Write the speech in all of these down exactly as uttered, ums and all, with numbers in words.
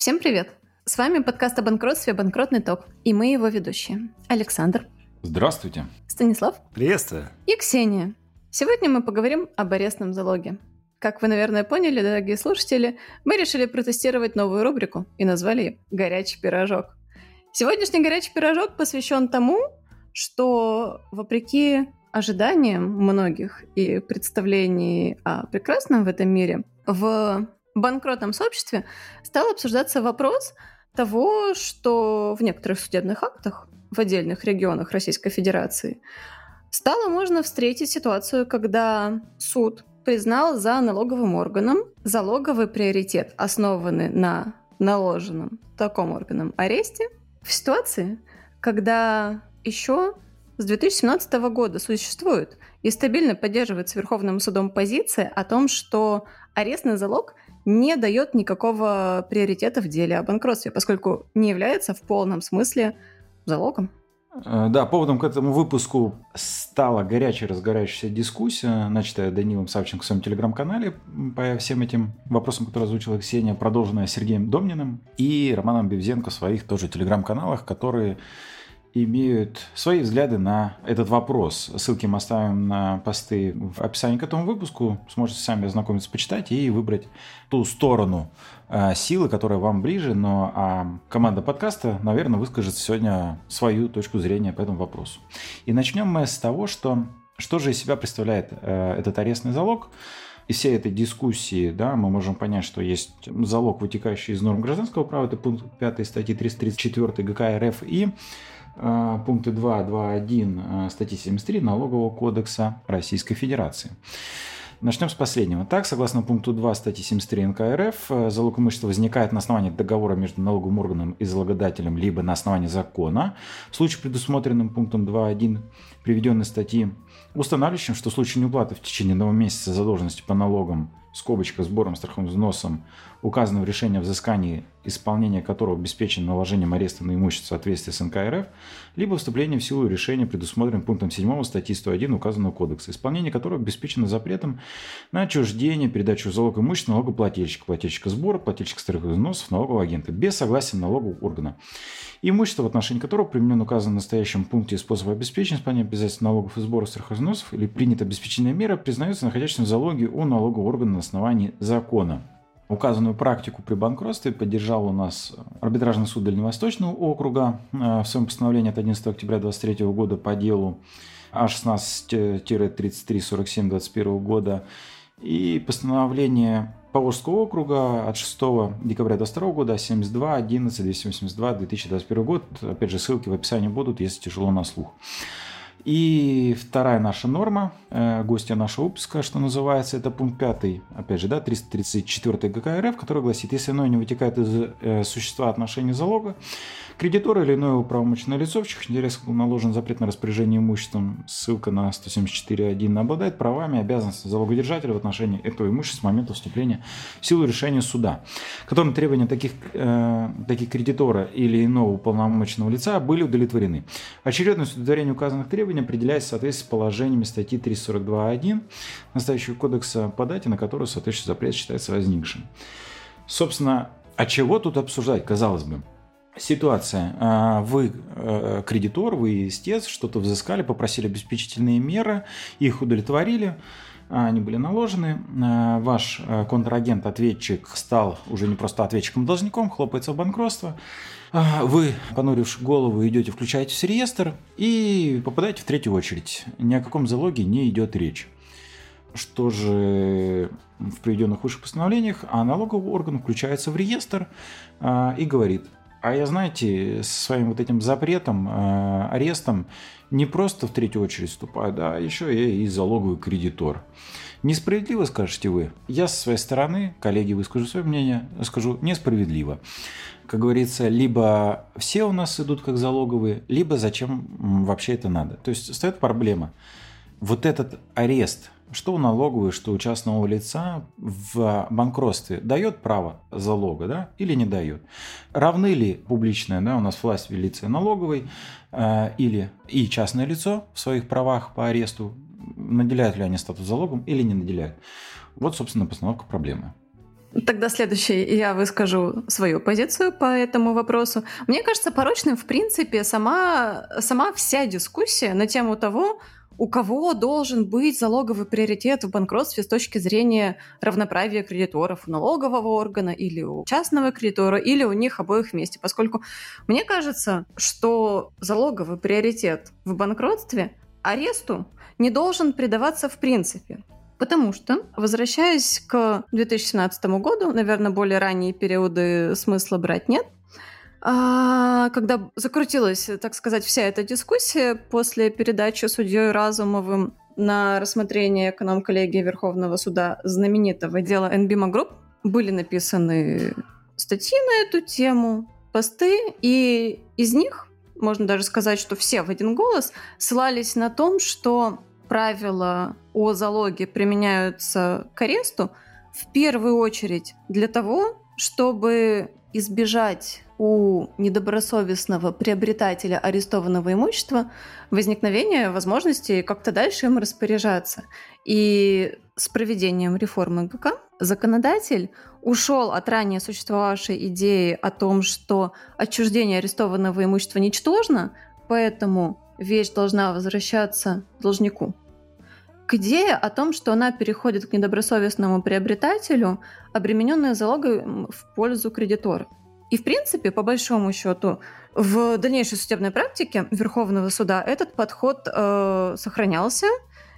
Всем привет! С вами подкаст о банкротстве «Банкротный ток», и мы его ведущие. Александр. Здравствуйте. Станислав. Приветствую. И Ксения. Сегодня мы поговорим об арестном залоге. Как вы, наверное, поняли, дорогие слушатели, мы решили протестировать новую рубрику и назвали ее «Горячий пирожок». Сегодняшний горячий пирожок посвящен тому, что, вопреки ожиданиям многих и представлений о прекрасном в этом мире, в банкротном сообществе стал обсуждаться вопрос того, что в некоторых судебных актах в отдельных регионах Российской Федерации стало можно встретить ситуацию, когда суд признал за налоговым органом залоговый приоритет, основанный на наложенном таком органом аресте, в ситуации, когда еще с две тысячи семнадцатого года существует и стабильно поддерживается Верховным судом позиция о том, что арестный залог не дает никакого приоритета в деле о банкротстве, поскольку не является в полном смысле залогом. Да, поводом к этому выпуску стала горячая разгорающаяся дискуссия, начатая Данилом Савченко в своем телеграм-канале по всем этим вопросам, которые озвучила Ксения, продолженная Сергеем Домниным и Романом Бевзенко в своих тоже телеграм-каналах, которые имеют свои взгляды на этот вопрос. Ссылки мы оставим на посты в описании к этому выпуску. Сможете сами ознакомиться, почитать и выбрать ту сторону э, силы, которая вам ближе. Но а команда подкаста, наверное, выскажет сегодня свою точку зрения по этому вопросу. И начнем мы с того, что, что же из себя представляет э, этот арестный залог. Из всей этой дискуссии, да, мы можем понять, что есть залог, вытекающий из норм гражданского права, это пункт пятый статьи триста тридцать четыре ГК РФ, и пункты два, два, один статьи семьдесят три Налогового кодекса Российской Федерации. Начнем с последнего. Так, согласно пункту два статьи семьдесят три эн ка эр эф, залог имущества возникает на основании договора между налоговым органом и залогодателем, либо на основании закона, в случае, предусмотренным пунктом два точка один приведенной статьи, устанавливающим, что в случае неуплаты в течение одного месяца задолженности по налогам, скобочка, сбором, страховым взносом, указанного в решении о взыскании, исполнение которого обеспечено наложением ареста на имущество в соответствии с эн ка эр эф, либо вступление в силу решения, предусмотренным пунктом семь статьи сто один указанного кодекса, исполнение которого обеспечено запретом на отчуждение, передачу в залог имущества налогоплательщика, плательщика сбора, плательщика страховых взносов, налогового агента, без согласия налогового органа. Имущество, в отношении которого применен указан в настоящем пункте способ обеспечения исполнения обязательств налогов и сбора страховых взносов или принята обеспеченная мера, признается находящимся в залоге у налогового органа на основании закона. Указанную практику при банкротстве поддержал у нас арбитражный суд Дальневосточного округа в своем постановлении от одиннадцатого октября две тысячи двадцать третьего года по делу А шестнадцать тридцать три сорок семь двадцать первого года и постановление Поволжского округа от шестого декабря двадцать второго года семьдесят два одиннадцать двести восемьдесят два две тысячи двадцать первый год. Опять же, ссылки в описании будут, если тяжело на слух. И вторая наша норма, э, гостья нашего выпуска, что называется, это пункт пятый, опять же, да, триста тридцать четыре ГК РФ, который гласит, если иное не вытекает из э, существа отношений залога, кредитор или иное управомоченное лицо, в чьих интересах наложен запрет на распоряжение имуществом, ссылка на сто семьдесят четыре один, обладает правами и обязанностями залогодержателя в отношении этого имущества с момента вступления в силу решения суда, которым требования таких, э, таких кредитора или иного уполномоченного лица были удовлетворены. Очередность удовлетворения указанных требований определяется в соответствии с положениями статьи триста сорок два один настоящего кодекса по дате, на которую соответствующий запрет считается возникшим. Собственно, а чего тут обсуждать, казалось бы? Ситуация. Вы кредитор, вы истец, что-то взыскали, попросили обеспечительные меры, их удовлетворили, они были наложены. Ваш контрагент, ответчик, стал уже не просто ответчиком-должником, хлопается в банкротство. Вы, понуривши голову, идете, включаетесь в реестр и попадаете в третью очередь. Ни о каком залоге не идет речь. Что же в приведенных выше постановлениях? А налоговый орган включается в реестр и говорит: а я, знаете, со своим вот этим запретом, э, арестом не просто в третью очередь вступаю, да, еще я и залоговый кредитор. Несправедливо, скажете вы? Я со своей стороны, коллеги, выскажу свое мнение, скажу: несправедливо. Как говорится, либо все у нас идут как залоговые, либо зачем вообще это надо. То есть встает проблема. Вот этот арест, что у налоговой, что у частного лица в банкротстве дает право залога, да, или не дает? Равны ли публичная, да, у нас власть велится налоговой э, или и частное лицо в своих правах по аресту, наделяют ли они статус залогом или не наделяют? Вот, собственно, постановка проблемы. Тогда следующее, я выскажу свою позицию по этому вопросу. Мне кажется, порочным, в принципе, сама, сама вся дискуссия на тему того, у кого должен быть залоговый приоритет в банкротстве с точки зрения равноправия кредиторов у налогового органа или у частного кредитора, или у них обоих вместе. Поскольку мне кажется, что залоговый приоритет в банкротстве аресту не должен придаваться в принципе. Потому что, возвращаясь к две тысячи семнадцатому году, наверное, более ранние периоды смысла брать нет, когда закрутилась, так сказать, вся эта дискуссия после передачи судьей Разумовым на рассмотрение эконом-коллегии Верховного суда знаменитого дела Enbima Group, были написаны статьи на эту тему, посты, и из них, можно даже сказать, что все в один голос ссылались на том, что правила о залоге применяются к аресту в первую очередь для того, чтобы избежать у недобросовестного приобретателя арестованного имущества возникновения возможности как-то дальше им распоряжаться. И с проведением реформы ГК законодатель ушел от ранее существовавшей идеи о том, что отчуждение арестованного имущества ничтожно, поэтому вещь должна возвращаться должнику, к идее о том, что она переходит к недобросовестному приобретателю, обремененную залогом в пользу кредитора. И, в принципе, по большому счету, в дальнейшей судебной практике Верховного суда этот подход э, сохранялся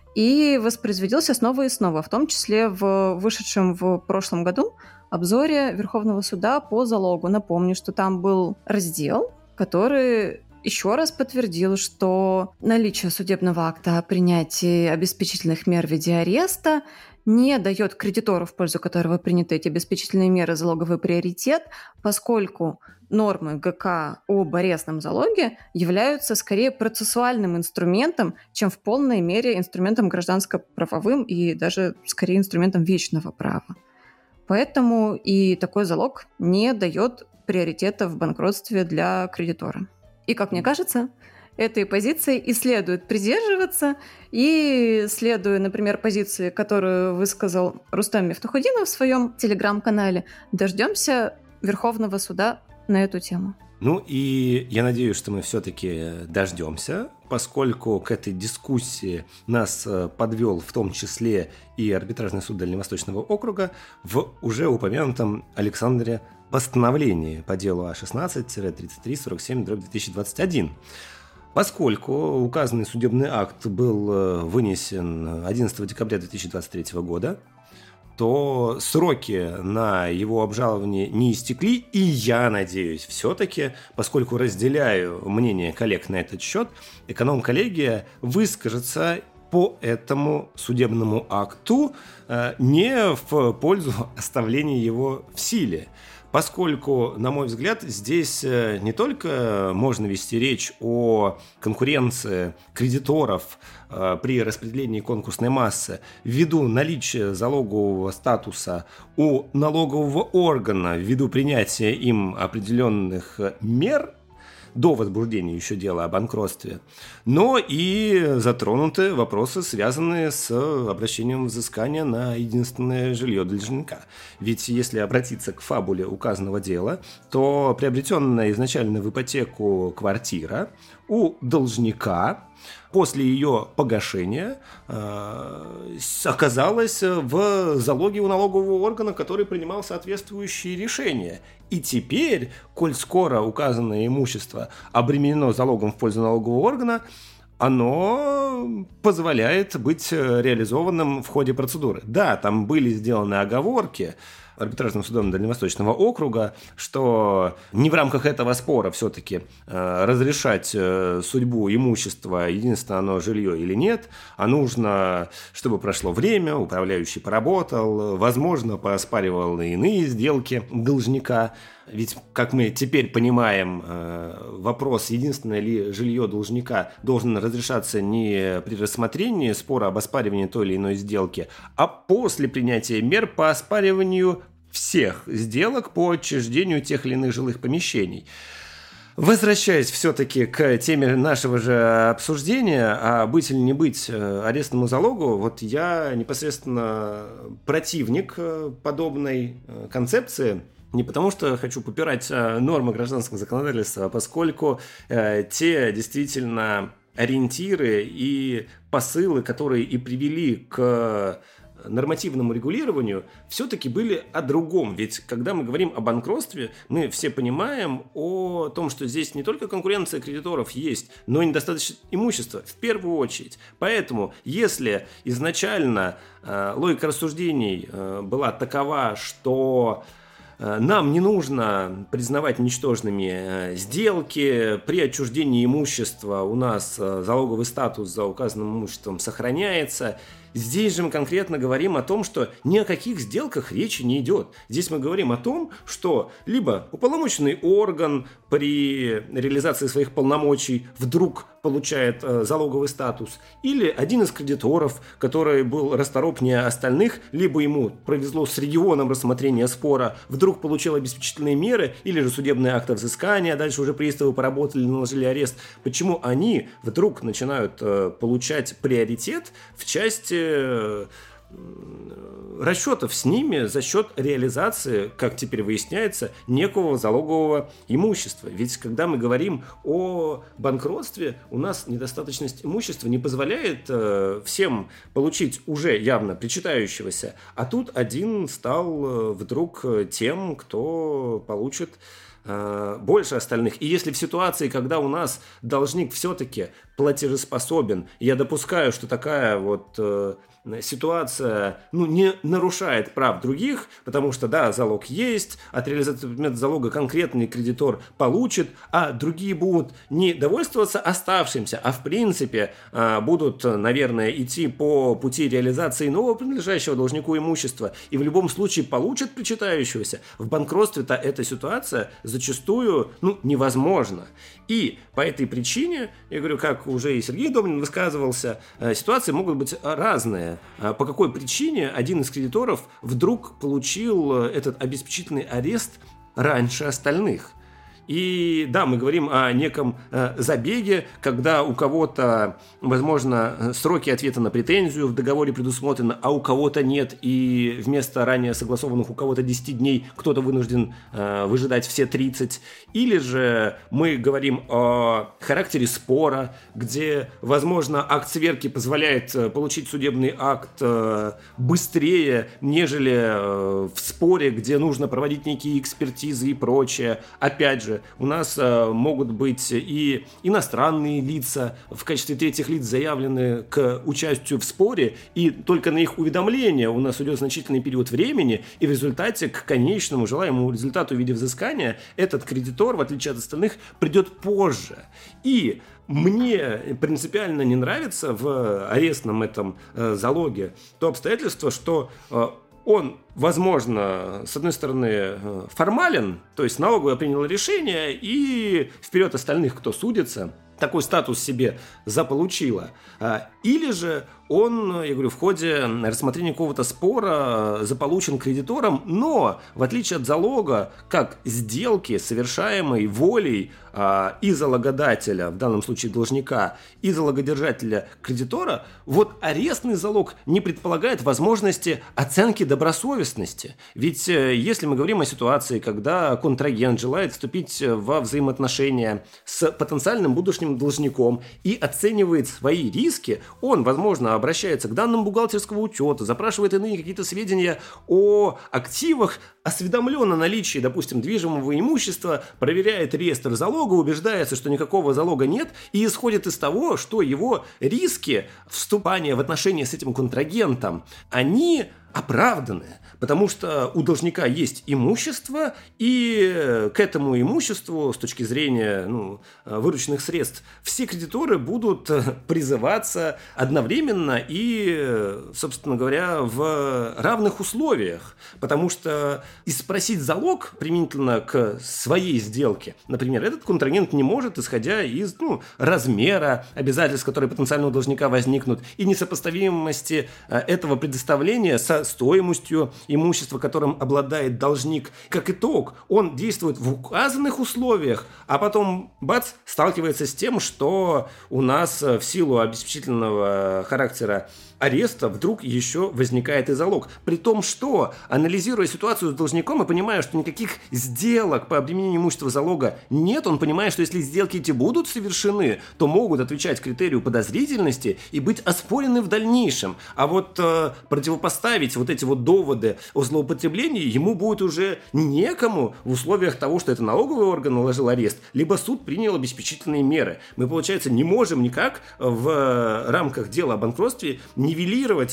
и воспроизводился снова и снова, в том числе в вышедшем в прошлом году обзоре Верховного суда по залогу. Напомню, что там был раздел, который еще раз подтвердил, что наличие судебного акта о принятии обеспечительных мер в виде ареста не дает кредитору, в пользу которого приняты эти обеспечительные меры, залоговый приоритет, поскольку нормы ГК об арестном залоге являются скорее процессуальным инструментом, чем в полной мере инструментом гражданско-правовым и даже скорее инструментом вечного права. Поэтому и такой залог не дает приоритета в банкротстве для кредитора. И, как мне кажется, этой позиции и следует придерживаться, и следуя, например, позиции, которую высказал Рустам Мифтахудинов в своем телеграм-канале, дождемся Верховного суда на эту тему. Ну и я надеюсь, что мы все-таки дождемся, поскольку к этой дискуссии нас подвел в том числе и арбитражный суд Дальневосточного округа в уже упомянутом Александре постановлении по делу А шестнадцать тридцать три сорок семь две тысячи двадцать один. Поскольку указанный судебный акт был вынесен одиннадцатого декабря две тысячи двадцать третьего года, то сроки на его обжалование не истекли, и я надеюсь все-таки, поскольку разделяю мнение коллег на этот счет, эконом-коллегия выскажется по этому судебному акту не в пользу оставления его в силе. Поскольку, на мой взгляд, здесь не только можно вести речь о конкуренции кредиторов при распределении конкурсной массы ввиду наличия залогового статуса у налогового органа ввиду принятия им определенных мер до возбуждения еще дела о банкротстве, но и затронуты вопросы, связанные с обращением взыскания на единственное жилье должника. Ведь если обратиться к фабуле указанного дела, то приобретенная изначально в ипотеку квартира у должника после ее погашения э, оказалась в залоге у налогового органа, который принимал соответствующие решения. И теперь, коль скоро указанное имущество обременено залогом в пользу налогового органа, оно позволяет быть реализованным в ходе процедуры. Да, там были сделаны оговорки арбитражным судом Дальневосточного округа, что не в рамках этого спора все-таки э, разрешать э, судьбу имущества, единственное оно жилье или нет, а нужно, чтобы прошло время, управляющий поработал, возможно, пооспаривал иные сделки должника. Ведь, как мы теперь понимаем, вопрос, единственное ли жилье должника, должен разрешаться не при рассмотрении спора об оспаривании той или иной сделки, а после принятия мер по оспариванию всех сделок по отчуждению тех или иных жилых помещений. Возвращаясь все-таки к теме нашего же обсуждения, а быть или не быть арестному залогу, вот я непосредственно противник подобной концепции. Не потому, что хочу попирать нормы гражданского законодательства, а поскольку те действительно ориентиры и посылы, которые и привели к нормативному регулированию, все-таки были о другом. Ведь когда мы говорим о банкротстве, мы все понимаем о том, что здесь не только конкуренция кредиторов есть, но и недостаточно имущества в первую очередь. Поэтому, если изначально э, логика рассуждений э, была такова, что нам не нужно признавать ничтожными сделки, при отчуждении имущества у нас залоговый статус за указанным имуществом сохраняется. Здесь же мы конкретно говорим о том, что ни о каких сделках речи не идет. Здесь мы говорим о том, что либо уполномоченный орган при реализации своих полномочий вдруг получает э, залоговый статус, или один из кредиторов, который был расторопнее остальных, либо ему повезло с регионом рассмотрения спора, вдруг получил обеспечительные меры, или же судебные акты взыскания, а дальше уже приставы поработали, наложили арест. Почему они вдруг начинают э, получать приоритет в части расчетов с ними за счет реализации, как теперь выясняется, некого залогового имущества? Ведь когда мы говорим о банкротстве, у нас недостаточность имущества не позволяет э, всем получить уже явно причитающегося, а тут один стал вдруг тем, кто получит больше остальных. И если в ситуации, когда у нас должник все-таки платежеспособен, я допускаю, что такая вот э, ситуация ну, не нарушает прав других, потому что, да, залог есть, от реализации предмета залога конкретный кредитор получит, а другие будут не довольствоваться оставшимся, а в принципе э, будут, наверное, идти по пути реализации нового принадлежащего должнику имущества и в любом случае получат причитающегося. В банкротстве-то эта ситуация зачастую ну, невозможна. И по этой причине, я говорю, как уже и Сергей Домнин высказывался, ситуации могут быть разные. По какой причине один из кредиторов вдруг получил этот обеспечительный арест раньше остальных? И да, мы говорим о неком э, забеге, когда у кого-то, возможно, сроки ответа на претензию в договоре предусмотрены, а у кого-то нет, и вместо ранее согласованных у кого-то десять дней кто-то вынужден э, выжидать все тридцать. Или же мы говорим о характере спора, где, возможно, акт сверки позволяет э, получить судебный акт э, быстрее, нежели э, в споре, где нужно проводить некие экспертизы и прочее. Опять же, у нас э, могут быть и иностранные лица в качестве третьих лиц заявлены к участию в споре, и только на их уведомление у нас уйдет значительный период времени, и в результате к конечному желаемому результату в виде взыскания этот кредитор, в отличие от остальных, придет позже. И мне принципиально не нравится в арестном этом э, залоге то обстоятельство, что э, он, возможно, с одной стороны, формален, то есть налоговая приняла решение, и вперед остальных, кто судится, такой статус себе заполучила. Или же он, я говорю, в ходе рассмотрения какого-то спора заполучен кредитором, но, в отличие от залога, как сделки, совершаемой волей а, и залогодателя, в данном случае должника, и залогодержателя кредитора, вот арестный залог не предполагает возможности оценки добросовестности. Ведь если мы говорим о ситуации, когда контрагент желает вступить во взаимоотношения с потенциальным будущим должником и оценивает свои риски, он, возможно, обращается к данным бухгалтерского учета, запрашивает иные какие-то сведения о активах, осведомлен о наличии, допустим, движимого имущества, проверяет реестр залога, убеждается, что никакого залога нет, и исходит из того, что его риски вступания в отношения с этим контрагентом, они оправданы, потому что у должника есть имущество, и к этому имуществу, с точки зрения ну, вырученных средств, все кредиторы будут призываться одновременно и, собственно говоря, в равных условиях, потому что и спросить залог применительно к своей сделке, например, этот контрагент не может, исходя из ну, размера обязательств, которые потенциально у должника возникнут, и несопоставимости этого предоставления со стоимостью имущества, которым обладает должник. Как итог, он действует в указанных условиях, а потом, бац, сталкивается с тем, что у нас в силу обеспечительного характера ареста вдруг еще возникает и залог. При том, что, анализируя ситуацию с должником и понимая, что никаких сделок по обременению имущества залога нет, он понимает, что если сделки эти будут совершены, то могут отвечать критерию подозрительности и быть оспорены в дальнейшем. А вот э, противопоставить вот эти вот доводы о злоупотреблении ему будет уже некому в условиях того, что это налоговый орган наложил арест, либо суд принял обеспечительные меры. Мы, получается, не можем никак в рамках дела о банкротстве нивелировать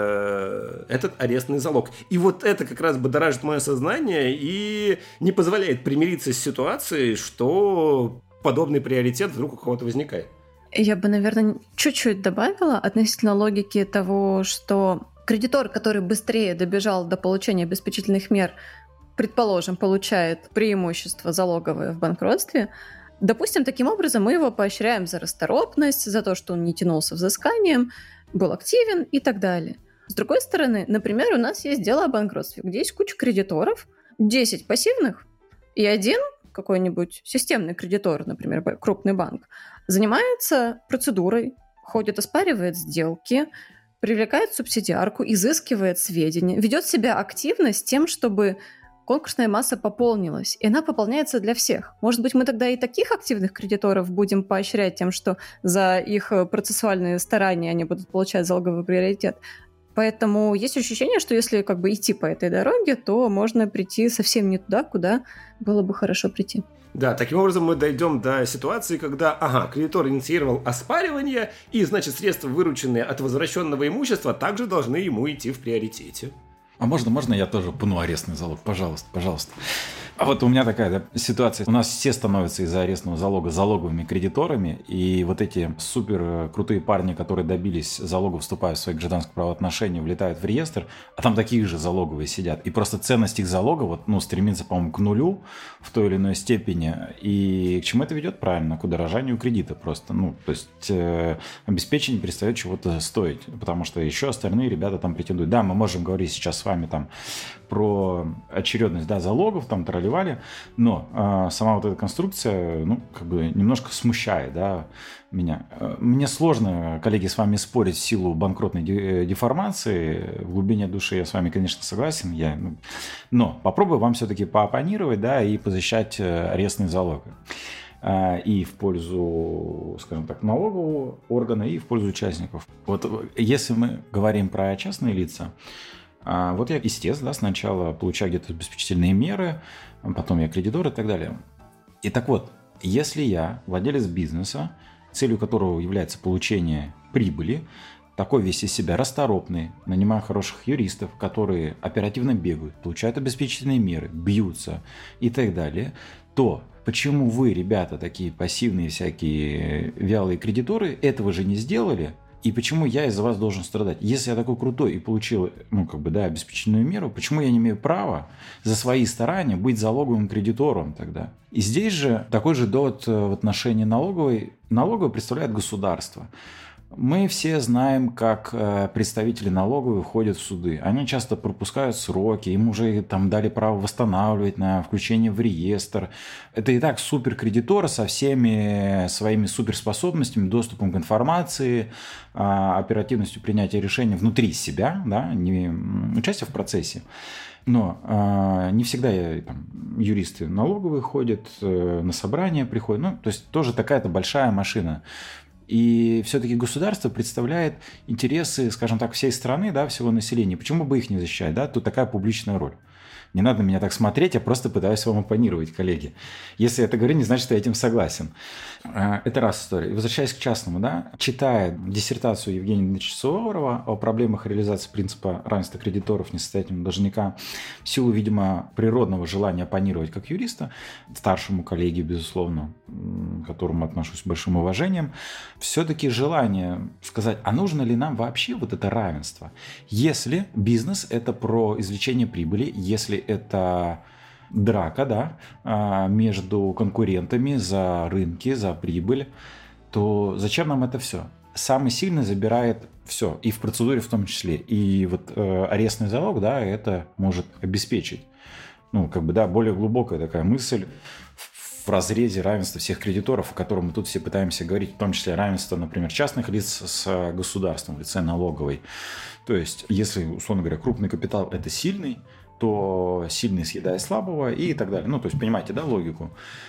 э, этот арестный залог. И вот это как раз будоражит мое сознание и не позволяет примириться с ситуацией, что подобный приоритет вдруг у кого-то возникает. Я бы, наверное, чуть-чуть добавила относительно логики того, что кредитор, который быстрее добежал до получения обеспечительных мер, предположим, получает преимущество залоговое в банкротстве. Допустим, таким образом мы его поощряем за расторопность, за то, что он не тянулся взысканием, был активен и так далее. С другой стороны, например, у нас есть дело о банкротстве, где есть куча кредиторов, десять пассивных, и один какой-нибудь системный кредитор, например, крупный банк, занимается процедурой, ходит, оспаривает сделки, привлекает субсидиарку, изыскивает сведения, ведет себя активно с тем, чтобы конкурсная масса пополнилась, и она пополняется для всех. Может быть, мы тогда и таких активных кредиторов будем поощрять тем, что за их процессуальные старания они будут получать залоговый приоритет. Поэтому есть ощущение, что если как бы идти по этой дороге, то можно прийти совсем не туда, куда было бы хорошо прийти. Да, таким образом мы дойдем до ситуации, когда, ага, кредитор инициировал оспаривание, и, значит, средства, вырученные от возвращенного имущества, также должны ему идти в приоритете. А можно, можно я тоже пну арестный залог? Пожалуйста, пожалуйста. А вот у меня такая да, ситуация. У нас все становятся из-за арестного залога залоговыми кредиторами, и вот эти супер крутые парни, которые добились залога, вступая в свои гражданские правоотношения, влетают в реестр, а там такие же залоговые сидят. И просто ценность их залога вот, ну, стремится, по-моему, к нулю в той или иной степени. И к чему это ведет? Правильно, к удорожанию кредита просто. Ну, то есть э, обеспечение перестает чего-то стоить, потому что еще остальные ребята там претендуют. Да, мы можем говорить сейчас с вами там про очередность, да, залогов, там тролливали, но э, сама вот эта конструкция, ну, как бы немножко смущает, да, меня. Мне сложно, коллеги, с вами спорить в силу банкротной деформации. В глубине души я с вами, конечно, согласен, я, ну, но попробую вам все-таки пооппонировать, да, и позащищать арестные залоги. И в пользу, скажем так, налогового органа, и в пользу участников. Вот если мы говорим про частные лица, вот я, естественно, да, сначала получаю где-то обеспечительные меры, потом я кредитор и так далее. И так вот, если я владелец бизнеса, целью которого является получение прибыли, такой весь из себя расторопный, нанимаю хороших юристов, которые оперативно бегают, получают обеспечительные меры, бьются и так далее, то почему вы, ребята, такие пассивные всякие вялые кредиторы, этого же не сделали? И почему я из-за вас должен страдать? Если я такой крутой и получил, ну, как бы, да, обеспечительную меру, почему я не имею права за свои старания быть залоговым кредитором тогда? И здесь же такой же довод в отношении налоговой. Налоговая представляет государство. Мы все знаем, как представители налоговой ходят в суды. Они часто пропускают сроки, им уже там дали право восстанавливать на включение в реестр. Это и так суперкредиторы со всеми своими суперспособностями, доступом к информации, оперативностью принятия решений внутри себя, да, не участие в процессе. Но э, не всегда там, юристы налоговые ходят, э, на собрания приходят. Ну, то есть тоже такая-то большая машина. И все-таки государство представляет интересы, скажем так, всей страны, да, всего населения. Почему бы их не защищать? Да? Тут такая публичная роль. Не надо на меня так смотреть, я просто пытаюсь вам оппонировать, коллеги. Если я это говорю, не значит, что я этим согласен. Это раз история. Возвращаясь к частному, да, читая диссертацию Евгения Дмитриевича Суворова о проблемах реализации принципа равенства кредиторов несостоятельного должника, в силу, видимо, природного желания оппонировать как юриста, старшему коллеге, безусловно, к которому отношусь с большим уважением, все-таки желание сказать, а нужно ли нам вообще вот это равенство? Если бизнес – это про извлечение прибыли, если это драка, да, между конкурентами за рынки, за прибыль, то зачем нам это все? самый сильный забирает все, и в процедуре в том числе. И вот э, арестный залог, да, это может обеспечить. Ну, как бы, да, более глубокая такая мысль в разрезе равенства всех кредиторов, о котором мы тут все пытаемся говорить, в том числе равенство, например, частных лиц с государством в лице налоговой. То есть, если, условно говоря, крупный капитал – это сильный, то сильный съедает слабого и так далее. Ну, то есть, понимаете, да, логику?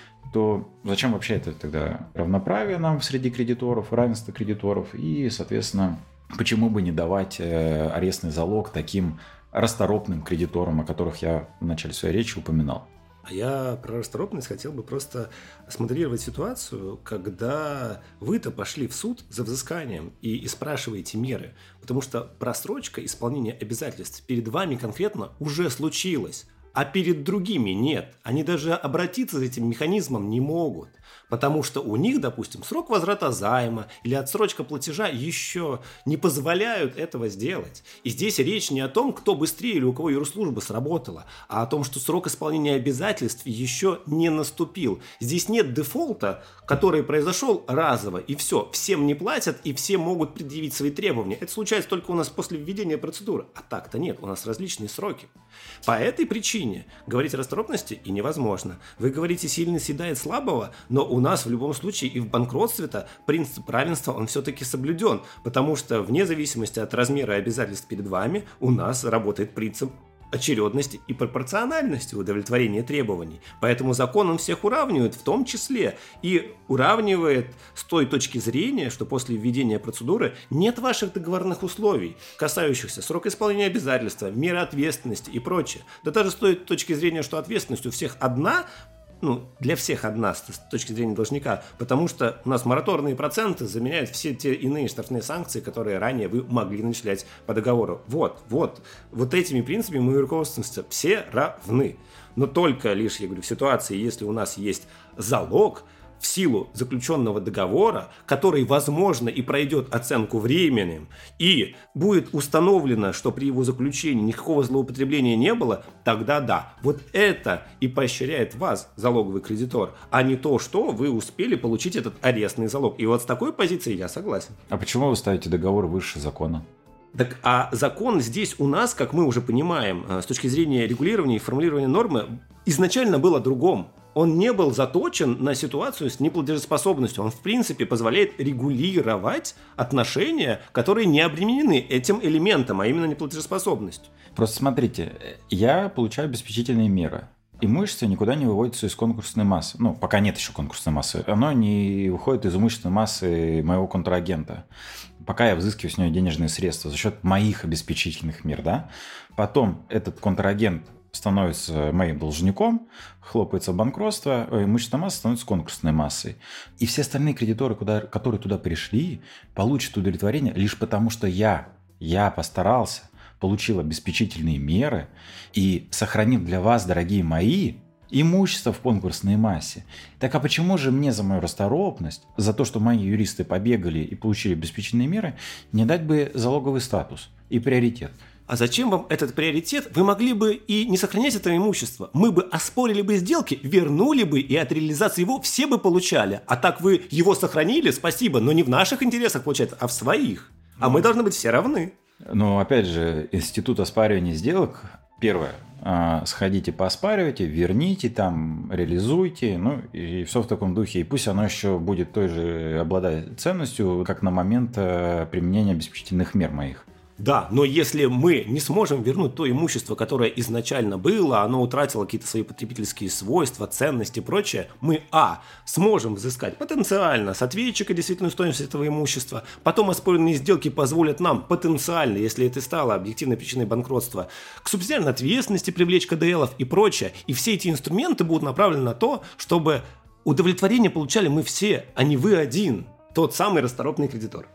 То зачем вообще это тогда равноправие нам среди кредиторов, равенство кредиторов? И, соответственно, почему бы не давать арестный залог таким расторопным кредиторам, о которых я в начале своей речи упоминал? А я про расторопность хотел бы просто смоделировать ситуацию, когда вы-то пошли в суд за взысканием и, и спрашиваете меры, потому что просрочка исполнения обязательств перед вами конкретно уже случилась, а перед другими нет. Они даже обратиться за этим механизмом не могут, потому что у них, допустим, срок возврата займа или отсрочка платежа еще не позволяют этого сделать. И здесь речь не о том, кто быстрее или у кого юрслужба сработала, а о том, что срок исполнения обязательств еще не наступил. Здесь нет дефолта, который произошел разово, и все, всем не платят, и все могут предъявить свои требования. Это случается только у нас после введения процедуры. А так-то нет, у нас различные сроки. По этой причине говорить о расторопности и невозможно. Вы говорите, сильный съедает слабого, но у нас в любом случае и в банкротстве-то принцип равенства, он все-таки соблюден, потому что вне зависимости от размера обязательств перед вами у нас работает принцип очередности и пропорциональности удовлетворения требований. Поэтому закон он всех уравнивает, в том числе и уравнивает с той точки зрения, что после введения процедуры нет ваших договорных условий, касающихся срока исполнения обязательства, меры ответственности и прочее. Да даже с той точки зрения, что ответственность у всех одна, ну, для всех одна с точки зрения должника, потому что у нас мораторные проценты заменяют все те иные штрафные санкции, которые ранее вы могли начислять по договору. Вот, вот, вот этими принципами мы руководствуемся. Все равны. Но только лишь, я говорю, в ситуации, если у нас есть залог в силу заключенного договора, который, возможно, и пройдет оценку временем, и будет установлено, что при его заключении никакого злоупотребления не было, тогда да. Вот это и поощряет вас, залоговый кредитор, а не то, что вы успели получить этот арестный залог. И вот с такой позицией я согласен. А почему вы ставите договор выше закона? Так, а закон здесь у нас, как мы уже понимаем, с точки зрения регулирования и формулирования нормы, изначально был о другом. Он не был заточен на ситуацию с неплатежеспособностью. Он, в принципе, позволяет регулировать отношения, которые не обременены этим элементом, а именно неплатежеспособностью. Просто смотрите, я получаю обеспечительные меры. Имущество никуда не выводится из конкурсной массы. Ну, пока нет еще конкурсной массы. Оно не выходит из имущественной массы моего контрагента. Пока я взыскиваю с него денежные средства за счет моих обеспечительных мер, да. Потом этот контрагент становится моим должником, хлопается банкротство, имущественная масса становится конкурсной массой. И все остальные кредиторы, куда, которые туда пришли, получат удовлетворение лишь потому, что я, я постарался, получил обеспечительные меры и сохранил для вас, дорогие мои, имущество в конкурсной массе. Так а почему же мне за мою расторопность, за то, что мои юристы побегали и получили обеспечительные меры, не дать бы залоговый статус и приоритет? А зачем вам этот приоритет? Вы могли бы и не сохранять это имущество. Мы бы оспорили бы сделки, вернули бы, и от реализации его все бы получали. А так вы его сохранили, спасибо, но не в наших интересах, получается, а в своих. А мы должны быть все равны. Но, опять же, институт оспаривания сделок, первое, сходите, пооспаривайте, верните, там, реализуйте, ну, и все в таком духе. И пусть оно еще будет той же обладать ценностью, как на момент применения обеспечительных мер моих. Да, но если мы не сможем вернуть то имущество, которое изначально было, оно утратило какие-то свои потребительские свойства, ценности и прочее, мы, а, сможем взыскать потенциально с ответчика действительно стоимость этого имущества, потом оспоренные сделки позволят нам потенциально, если это стало объективной причиной банкротства, к субсидиарной ответственности привлечь ка дэ элов и прочее, и все эти инструменты будут направлены на то, чтобы удовлетворение получали мы все, а не вы один, тот самый расторопный кредитор.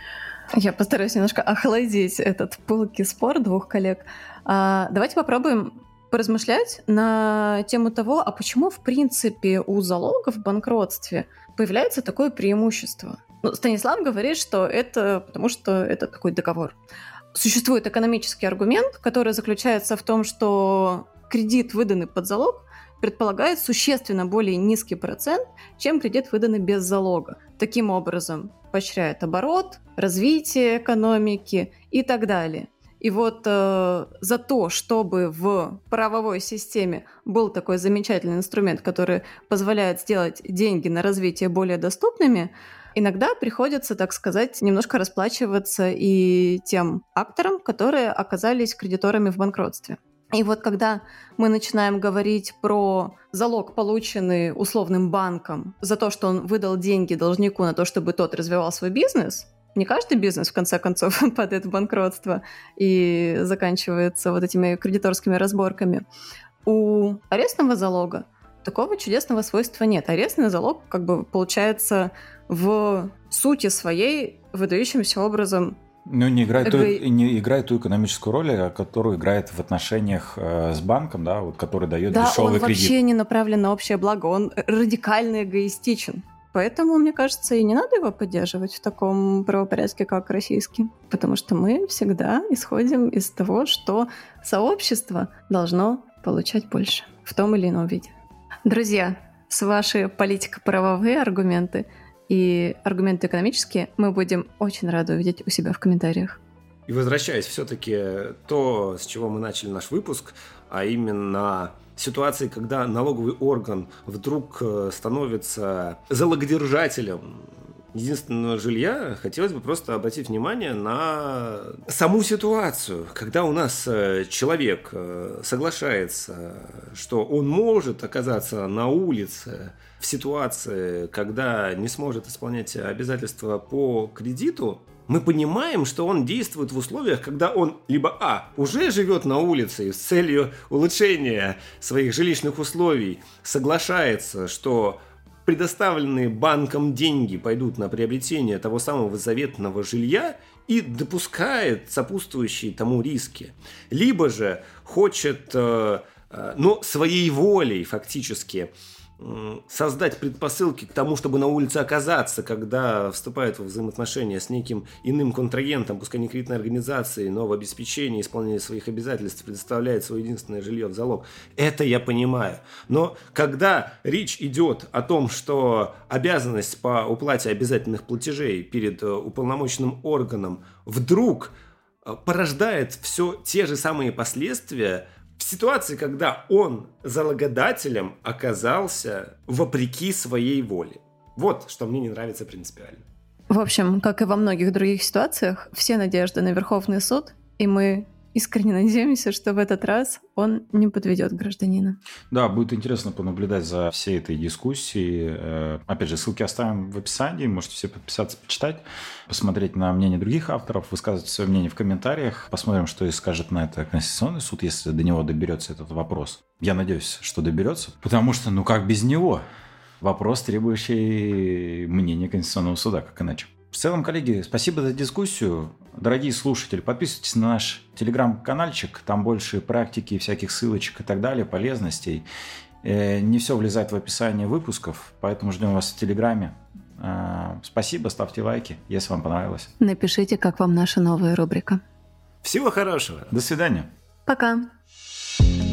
Я постараюсь немножко охладить этот пылкий спор двух коллег. А, давайте попробуем поразмышлять на тему того, а почему, в принципе, у залога в банкротстве появляется такое преимущество. Ну, Станислав говорит, что это потому, что это такой договор. Существует экономический аргумент, который заключается в том, что кредит, выданный под залог, предполагает существенно более низкий процент, чем кредит, выданный без залога. Таким образом, поощряет оборот, развитие экономики и так далее. И вот э, за то, чтобы в правовой системе был такой замечательный инструмент, который позволяет сделать деньги на развитие более доступными, иногда приходится, так сказать, немножко расплачиваться и тем акторам, которые оказались кредиторами в банкротстве. И вот когда мы начинаем говорить про залог, полученный условным банком за то, что он выдал деньги должнику на то, чтобы тот развивал свой бизнес, не каждый бизнес, в конце концов, падает в банкротство и заканчивается вот этими кредиторскими разборками. У арестного залога такого чудесного свойства нет. Арестный залог, как бы, получается в сути своей выдающимся образом. Ну, не играет, эго... ту, не играет ту экономическую роль, которую играет в отношениях э, с банком, да, вот, который дает да, дешевый кредит. Да, он вообще не направлен на общее благо, он радикально эгоистичен. Поэтому, мне кажется, и не надо его поддерживать в таком правопорядке, как российский. Потому что мы всегда исходим из того, что сообщество должно получать больше в том или ином виде. Друзья, с ваши политико-правовые аргументы и аргументы экономические мы будем очень рады увидеть у себя в комментариях. И возвращаясь все-таки то, с чего мы начали наш выпуск, а именно ситуации, когда налоговый орган вдруг становится залогодержателем единственного жилья, хотелось бы просто обратить внимание на саму ситуацию, когда у нас человек соглашается, что он может оказаться на улице в ситуации, когда не сможет исполнять обязательства по кредиту. Мы понимаем, что он действует в условиях, когда он либо а. уже живет на улице и с целью улучшения своих жилищных условий соглашается, что предоставленные банком деньги пойдут на приобретение того самого заветного жилья и допускает сопутствующие тому риски. Либо же хочет, э, э, но своей волей фактически создать предпосылки к тому, чтобы на улице оказаться, когда вступает в взаимоотношения с неким иным контрагентом, пускай не кредитной организацией, но в обеспечении исполнения своих обязательств предоставляет свое единственное жилье в залог. Это я понимаю. Но когда речь идет о том, что обязанность по уплате обязательных платежей перед уполномоченным органом вдруг порождает все те же самые последствия, в ситуации, когда он залогодателем оказался вопреки своей воле. Вот что мне не нравится принципиально. В общем, как и во многих других ситуациях, все надежды на Верховный суд, и мы искренне надеемся, что в этот раз он не подведет гражданина. Да, будет интересно понаблюдать за всей этой дискуссией. Опять же, ссылки оставим в описании, можете все подписаться, почитать, посмотреть на мнение других авторов, высказывать свое мнение в комментариях. Посмотрим, что и скажет на это Конституционный суд, если до него доберется этот вопрос. Я надеюсь, что доберется, потому что, ну как без него? Вопрос, требующий мнения Конституционного суда, как иначе. В целом, коллеги, спасибо за дискуссию. Дорогие слушатели, подписывайтесь на наш телеграм-канальчик, там больше практики, всяких ссылочек и так далее, полезностей. Не все влезает в описание выпусков, поэтому ждем вас в телеграме. Спасибо, ставьте лайки, если вам понравилось. Напишите, как вам наша новая рубрика. Всего хорошего. До свидания. Пока.